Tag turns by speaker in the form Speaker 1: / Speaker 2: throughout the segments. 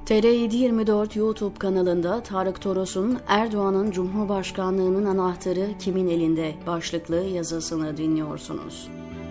Speaker 1: TR724 YouTube kanalında Tarık Toros'un Erdoğan'ın Cumhurbaşkanlığının anahtarı kimin elinde başlıklı yazısını dinliyorsunuz.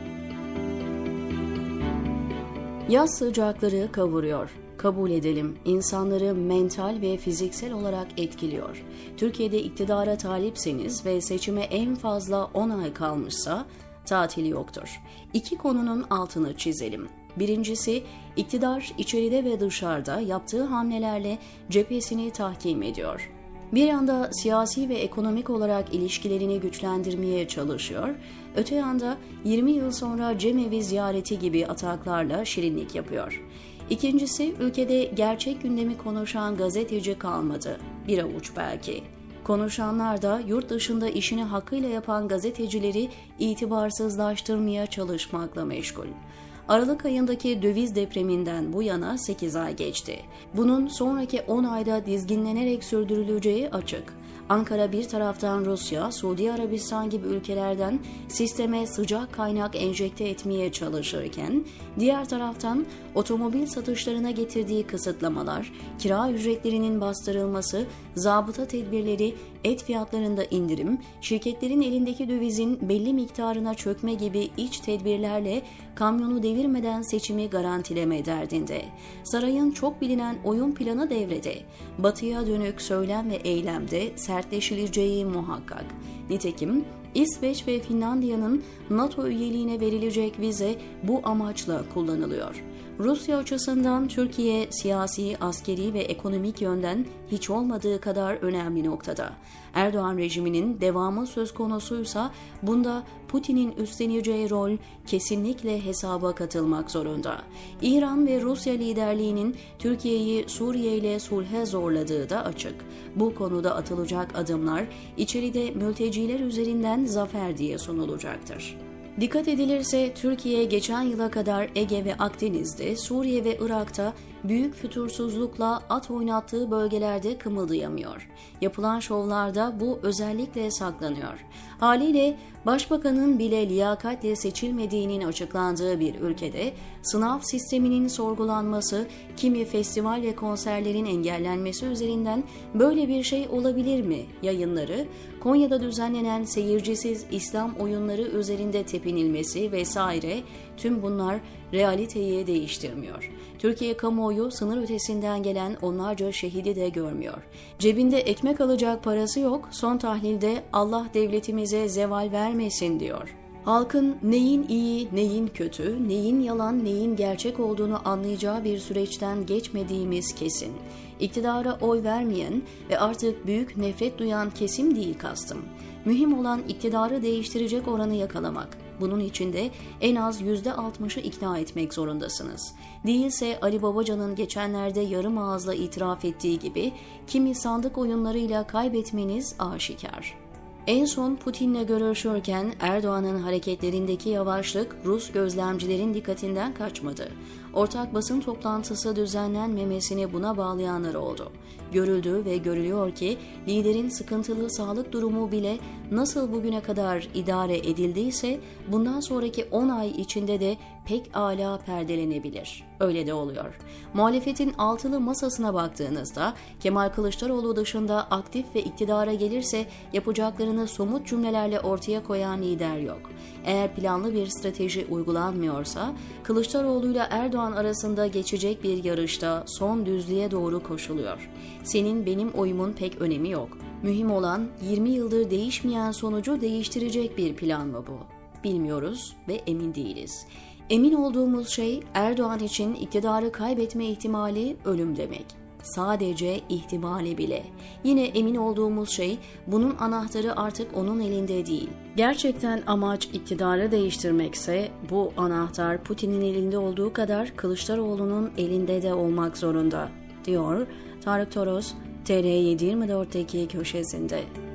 Speaker 1: Yaz sıcakları kavuruyor. Kabul edelim, insanları mental ve fiziksel olarak etkiliyor. Türkiye'de iktidara talipseniz ve seçime en fazla 10 ay kalmışsa tatil yoktur. İki konunun altını çizelim. Birincisi, iktidar içeride ve dışarıda yaptığı hamlelerle cephesini tahkim ediyor. Bir yanda siyasi ve ekonomik olarak ilişkilerini güçlendirmeye çalışıyor, öte yanda 20 yıl sonra cemevi ziyareti gibi ataklarla şirinlik yapıyor. İkincisi, ülkede gerçek gündemi konuşan gazeteci kalmadı, bir avuç belki. Konuşanlar da yurt dışında işini hakkıyla yapan gazetecileri itibarsızlaştırmaya çalışmakla meşgul. Aralık ayındaki döviz depreminden bu yana 8 ay geçti. Bunun sonraki 10 ayda dizginlenerek sürdürüleceği açık. Ankara bir taraftan Rusya, Suudi Arabistan gibi ülkelerden sisteme sıcak kaynak enjekte etmeye çalışırken, diğer taraftan otomobil satışlarına getirdiği kısıtlamalar, kira ücretlerinin bastırılması, zabıta tedbirleri, et fiyatlarında indirim, şirketlerin elindeki dövizin belli miktarına çökme gibi iç tedbirlerle kamyonu devirmeden seçimi garantileme derdinde. Sarayın çok bilinen oyun planı devrede. Batıya dönük söylem ve eylemde sertleşileceği muhakkak. Nitekim İsveç ve Finlandiya'nın NATO üyeliğine verilecek vize bu amaçla kullanılıyor. Rusya açısından Türkiye siyasi, askeri ve ekonomik yönden hiç olmadığı kadar önemli noktada. Erdoğan rejiminin devamı söz konusuysa bunda Putin'in üstleneceği rol kesinlikle hesaba katılmak zorunda. İran ve Rusya liderliğinin Türkiye'yi Suriye ile sulhe zorladığı da açık. Bu konuda atılacak adımlar içeride mülteciler üzerinden zafer diye sunulacaktır. Dikkat edilirse Türkiye geçen yıla kadar Ege ve Akdeniz'de, Suriye ve Irak'ta büyük fütursuzlukla at oynattığı bölgelerde kımıldayamıyor. Yapılan şovlarda bu özellikle saklanıyor. Haliyle Başbakanın bile liyakatle seçilmediğinin açıklandığı bir ülkede sınav sisteminin sorgulanması, kimi festival ve konserlerin engellenmesi üzerinden böyle bir şey olabilir mi yayınları, Konya'da düzenlenen seyircisiz İslam oyunları üzerinde tepinilmesi vesaire tüm bunlar realiteyi değiştirmiyor. Türkiye kamuoyu sınır ötesinden gelen onlarca şehidi de görmüyor. Cebinde ekmek alacak parası yok, son tahlilde Allah devletimize zeval vermesin diyor. Halkın neyin iyi, neyin kötü, neyin yalan, neyin gerçek olduğunu anlayacağı bir süreçten geçmediğimiz kesin. İktidara oy vermeyen ve artık büyük nefret duyan kesim değil kastım. Mühim olan iktidarı değiştirecek oranı yakalamak. Bunun için de en az %60'ı ikna etmek zorundasınız. Değilse Ali Babacan'ın geçenlerde yarım ağızla itiraf ettiği gibi kimi sandık oyunlarıyla kaybetmeniz aşikar. En son Putin'le görüşürken Erdoğan'ın hareketlerindeki yavaşlık Rus gözlemcilerin dikkatinden kaçmadı. Ortak basın toplantısı düzenlenmemesini buna bağlayanlar oldu. Görüldü ve görülüyor ki liderin sıkıntılı sağlık durumu bile nasıl bugüne kadar idare edildiyse bundan sonraki 10 ay içinde de pek âlâ perdelenebilir. Öyle de oluyor. Muhalefetin altılı masasına baktığınızda Kemal Kılıçdaroğlu dışında aktif ve iktidara gelirse yapacaklarını somut cümlelerle ortaya koyan lider yok. Eğer planlı bir strateji uygulanmıyorsa Kılıçdaroğlu ile Erdoğan arasında geçecek bir yarışta son düzlüğe doğru koşuluyor. Senin benim oyumun pek önemi yok. Mühim olan 20 yıldır değişmeyen sonucu değiştirecek bir plan mı bu? Bilmiyoruz ve emin değiliz. Emin olduğumuz şey Erdoğan için iktidarı kaybetme ihtimali ölüm demek. Sadece ihtimali bile. Yine emin olduğumuz şey bunun anahtarı artık onun elinde değil. Gerçekten amaç iktidarı değiştirmekse bu anahtar Putin'in elinde olduğu kadar Kılıçdaroğlu'nun elinde de olmak zorunda, diyor Tarık Toros TR724'teki köşesinde.